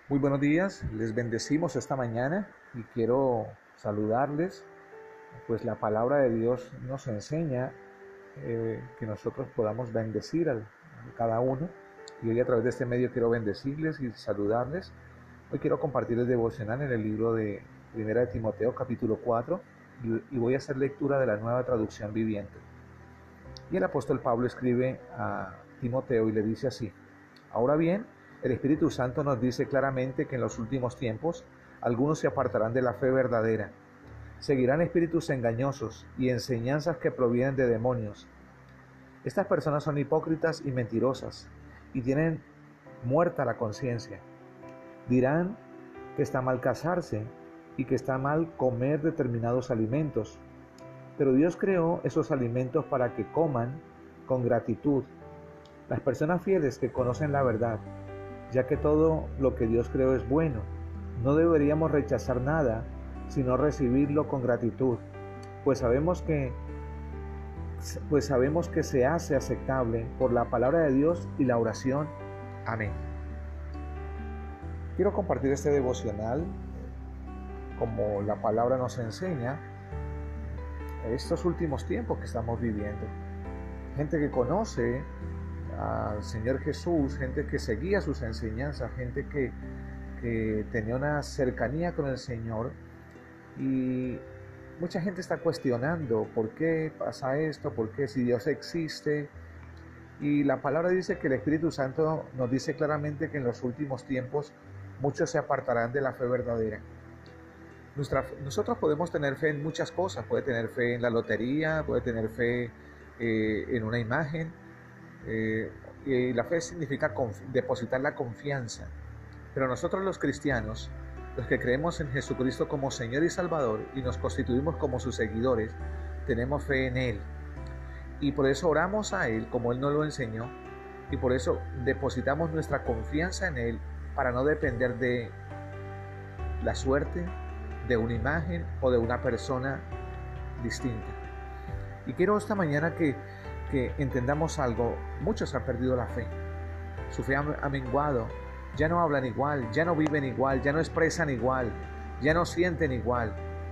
Muy buenos días, les bendecimos esta mañana y quiero saludarles, pues la palabra de Dios nos enseña que nosotros podamos bendecir a cada uno, y hoy a través de este medio quiero bendecirles y saludarles. Hoy quiero compartir el devocional en el libro de Primera de Timoteo capítulo 4 y voy a hacer lectura de la Nueva Traducción Viviente. Y el apóstol Pablo escribe a Timoteo y le dice así: ahora bien, el Espíritu Santo nos dice claramente que en los últimos tiempos algunos se apartarán de la fe verdadera, seguirán espíritus engañosos y enseñanzas que provienen de demonios. Estas personas son hipócritas y mentirosas y tienen muerta la conciencia. Dirán que está mal casarse y que está mal comer determinados alimentos, pero Dios creó esos alimentos para que coman con gratitud. Las personas fieles que conocen la verdad, ya que todo lo que Dios creó es bueno, no deberíamos rechazar nada, sino recibirlo con gratitud, pues sabemos que se hace aceptable por la palabra de Dios y la oración. Amén. Quiero compartir este devocional como la palabra nos enseña estos últimos tiempos que estamos viviendo. Gente que conoce al Señor Jesús, gente que seguía sus enseñanzas, gente que tenía una cercanía con el Señor, y mucha gente está cuestionando por qué pasa esto, por qué, si Dios existe. Y la palabra dice que el Espíritu Santo nos dice claramente que en los últimos tiempos muchos se apartarán de la fe verdadera. Nosotros podemos tener fe en muchas cosas. Puede tener fe en la lotería, puede tener fe en una imagen. Y la fe significa depositar la confianza. Pero nosotros los cristianos, los que creemos en Jesucristo como Señor y Salvador y nos constituimos como sus seguidores, tenemos fe en Él. Y por eso oramos a Él como Él nos lo enseñó. Y por eso depositamos nuestra confianza en Él para no depender de la suerte, de una imagen o de una persona distinta. Y quiero esta mañana que entendamos algo. Muchos han perdido la fe. Su fe ha menguado. Ya no hablan igual, ya no viven igual, ya no expresan igual, ya no sienten igual.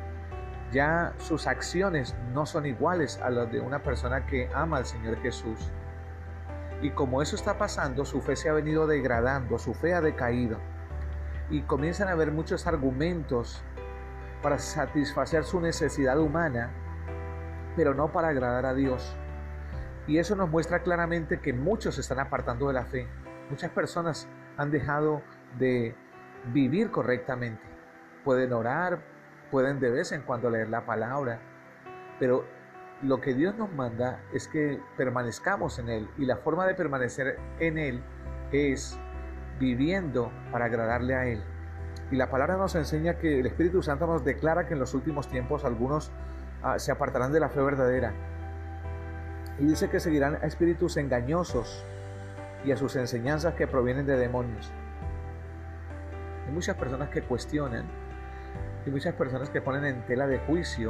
Ya sus acciones no son iguales a las de una persona que ama al Señor Jesús. Y como eso está pasando, su fe se ha venido degradando, su fe ha decaído. Y comienzan a haber muchos argumentos para satisfacer su necesidad humana, pero no para agradar a Dios. Y eso nos muestra claramente que muchos se están apartando de la fe. Muchas personas han dejado de vivir correctamente. Pueden orar, pueden de vez en cuando leer la palabra, pero lo que Dios nos manda es que permanezcamos en Él, y la forma de permanecer en Él es viviendo para agradarle a Él. Y la palabra nos enseña que el Espíritu Santo nos declara que en los últimos tiempos algunos se apartarán de la fe verdadera. Y dice que seguirán a espíritus engañosos y a sus enseñanzas que provienen de demonios. Hay muchas personas que cuestionan y muchas personas que ponen en tela de juicio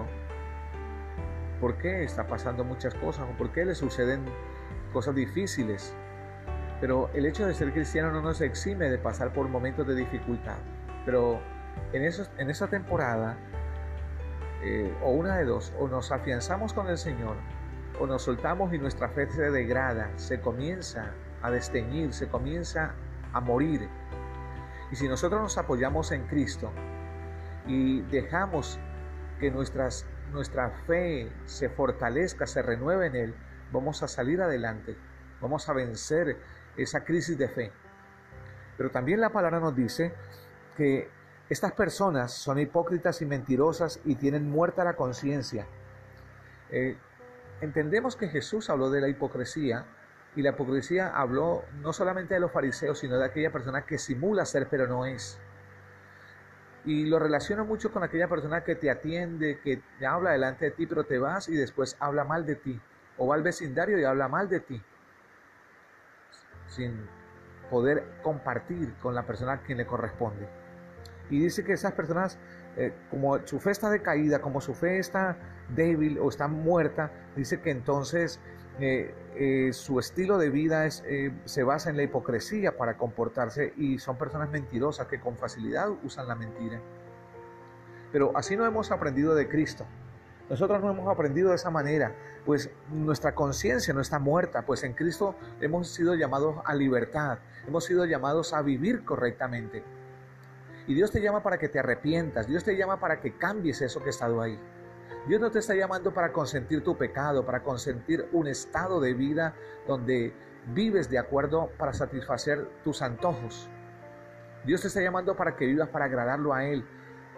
por qué está pasando muchas cosas o por qué le suceden cosas difíciles. Pero el hecho de ser cristiano no nos exime de pasar por momentos de dificultad. Pero en esa temporada, o una de dos, o nos afianzamos con el Señor, o nos soltamos y nuestra fe se degrada, se comienza a desteñir, se comienza a morir. Y si nosotros nos apoyamos en Cristo y dejamos que nuestra fe se fortalezca, se renueve en Él, vamos a salir adelante, vamos a vencer esa crisis de fe. Pero también la palabra nos dice que estas personas son hipócritas y mentirosas y tienen muerta la conciencia. Entendemos que Jesús habló de la hipocresía, y la hipocresía habló no solamente de los fariseos, sino de aquella persona que simula ser pero no es. Y lo relaciono mucho con aquella persona que te atiende, que te habla delante de ti, pero te vas y después habla mal de ti. O va al vecindario y habla mal de ti, sin poder compartir con la persona a quien le corresponde. Y dice que esas personas, como su fe está decaída, como su fe está débil o está muerta, dice que entonces su estilo de vida se basa en la hipocresía para comportarse, y son personas mentirosas que con facilidad usan la mentira. Pero así no hemos aprendido de Cristo. Nosotros no hemos aprendido de esa manera, pues nuestra conciencia no está muerta, pues en Cristo hemos sido llamados a libertad, hemos sido llamados a vivir correctamente. Y Dios te llama para que te arrepientas, Dios te llama para que cambies eso que ha estado ahí. Dios no te está llamando para consentir tu pecado, para consentir un estado de vida donde vives de acuerdo para satisfacer tus antojos. Dios te está llamando para que vivas para agradarlo a Él.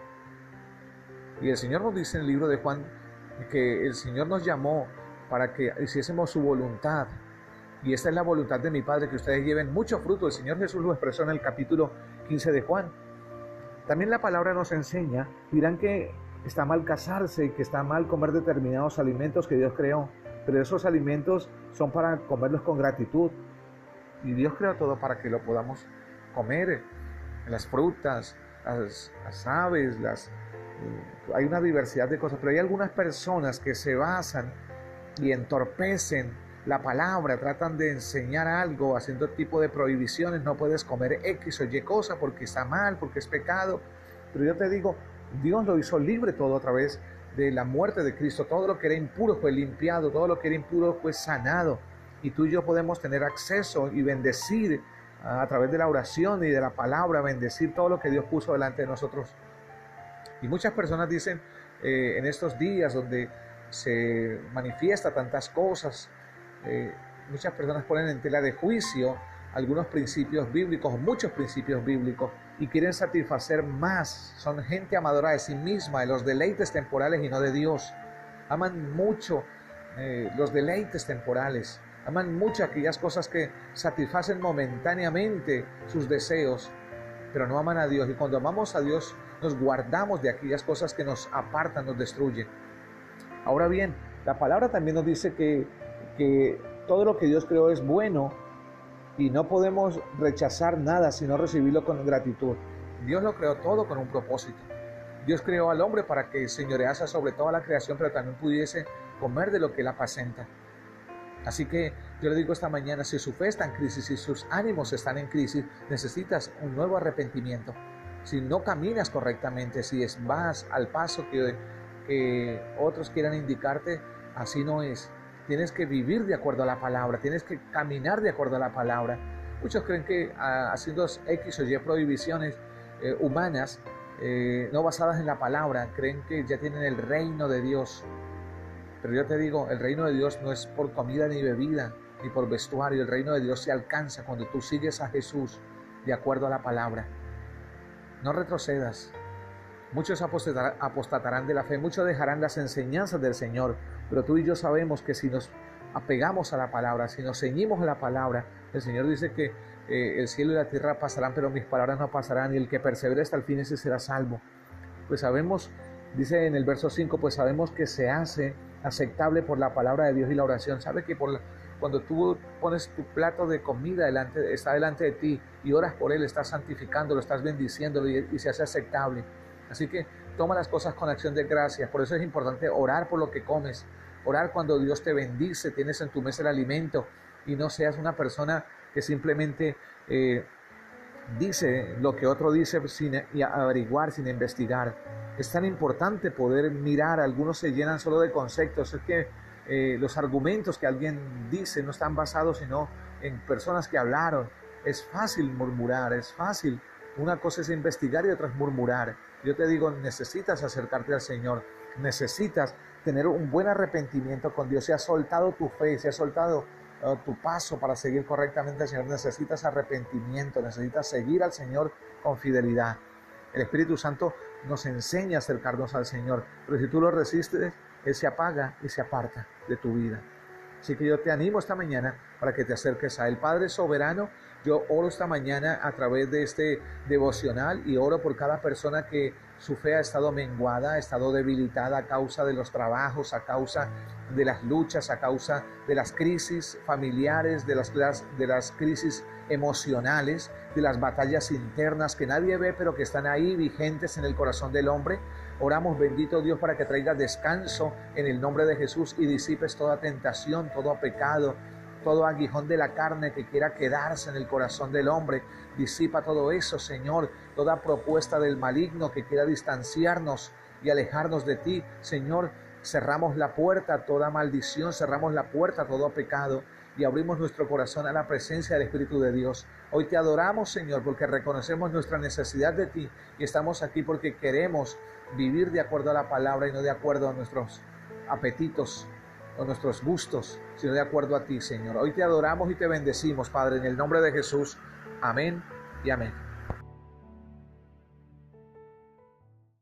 Y el Señor nos dice en el libro de Juan que el Señor nos llamó para que hiciésemos su voluntad. Y esta es la voluntad de mi Padre, que ustedes lleven mucho fruto. El Señor Jesús lo expresó en el capítulo 15 de Juan. También la palabra nos enseña, dirán que está mal casarse y que está mal comer determinados alimentos que Dios creó. Pero esos alimentos son para comerlos con gratitud. Y Dios creó todo para que lo podamos comer. Las frutas, las aves, hay una diversidad de cosas, pero hay algunas personas que se basan y entorpecen la palabra, tratan de enseñar algo haciendo tipo de prohibiciones. No puedes comer X o Y cosa porque está mal, porque es pecado. Pero yo te digo, Dios lo hizo libre todo a través de la muerte de Cristo. Todo lo que era impuro fue limpiado, todo lo que era impuro fue sanado, y tú y yo podemos tener acceso y bendecir a través de la oración y de la palabra, bendecir todo lo que Dios puso delante de nosotros. Y muchas personas dicen en estos días donde se manifiesta tantas cosas, muchas personas ponen en tela de juicio algunos principios bíblicos, muchos principios bíblicos, y quieren satisfacer más. Son gente amadora de sí misma, de los deleites temporales y no de Dios. Aman mucho los deleites temporales, aman mucho aquellas cosas que satisfacen momentáneamente sus deseos, pero no aman a Dios. Y cuando amamos a Dios, nos guardamos de aquellas cosas que nos apartan, nos destruyen. Ahora bien, la palabra también nos dice que todo lo que Dios creó es bueno, y no podemos rechazar nada, sino recibirlo con gratitud. Dios lo creó todo con un propósito. Dios creó al hombre para que señorease sobre toda la creación, pero también pudiese comer de lo que Él apacenta. Así que yo le digo esta mañana, si su fe está en crisis, si sus ánimos están en crisis, necesitas un nuevo arrepentimiento. Si no caminas correctamente, si vas al paso que otros quieran indicarte, así no es. Tienes que vivir de acuerdo a la palabra, tienes que caminar de acuerdo a la palabra. Muchos creen que haciendo X o Y prohibiciones humanas, no basadas en la palabra, creen que ya tienen el reino de Dios. Pero yo te digo, el reino de Dios no es por comida ni bebida, ni por vestuario. El reino de Dios se alcanza cuando tú sigues a Jesús de acuerdo a la palabra. No retrocedas. Muchos apostatarán de la fe, muchos dejarán las enseñanzas del Señor, pero tú y yo sabemos que si nos apegamos a la palabra, si nos ceñimos a la palabra, el Señor dice que el cielo y la tierra pasarán, pero mis palabras no pasarán, y el que persevere hasta el fin, ese será salvo. Pues sabemos, dice en el verso 5, pues sabemos que se hace aceptable por la palabra de Dios y la oración. Sabe que cuando tú pones tu plato de comida está delante de ti y oras por él, estás santificándolo, estás bendiciéndolo, y se hace aceptable. Así que toma las cosas con acción de gracias. Por eso es importante orar por lo que comes, orar cuando Dios te bendice, tienes en tu mesa el alimento, y no seas una persona que simplemente dice lo que otro dice sin averiguar, sin investigar. Es tan importante poder mirar. Algunos se llenan solo de conceptos. Es que los argumentos que alguien dice no están basados sino en personas que hablaron. Es fácil murmurar, es fácil. Una cosa es investigar y otra es murmurar. Yo te digo, necesitas acercarte al Señor, necesitas tener un buen arrepentimiento con Dios. Si has soltado tu fe, si has soltado tu paso para seguir correctamente al Señor, necesitas arrepentimiento, necesitas seguir al Señor con fidelidad. El Espíritu Santo nos enseña a acercarnos al Señor, pero si tú lo resistes, Él se apaga y se aparta de tu vida. Así que yo te animo esta mañana para que te acerques a Él. Padre soberano, Yo oro esta mañana a través de este devocional y oro por cada persona que su fe ha estado menguada, ha estado debilitada a causa de los trabajos, a causa de las luchas, a causa de las crisis familiares, de las crisis emocionales, de las batallas internas que nadie ve pero que están ahí vigentes en el corazón del hombre. Oramos, bendito Dios, para que traigas descanso en el nombre de Jesús y disipes toda tentación, todo pecado, todo aguijón de la carne que quiera quedarse en el corazón del hombre. Disipa todo eso, Señor, toda propuesta del maligno que quiera distanciarnos y alejarnos de ti. Señor, cerramos la puerta a toda maldición, cerramos la puerta a todo pecado y abrimos nuestro corazón a la presencia del Espíritu de Dios. Hoy te adoramos, Señor, porque reconocemos nuestra necesidad de ti y estamos aquí porque queremos vivir de acuerdo a la palabra y no de acuerdo a nuestros apetitos o nuestros gustos, sino de acuerdo a ti, Señor. Hoy te adoramos y te bendecimos, Padre, en el nombre de Jesús. Amén y amén.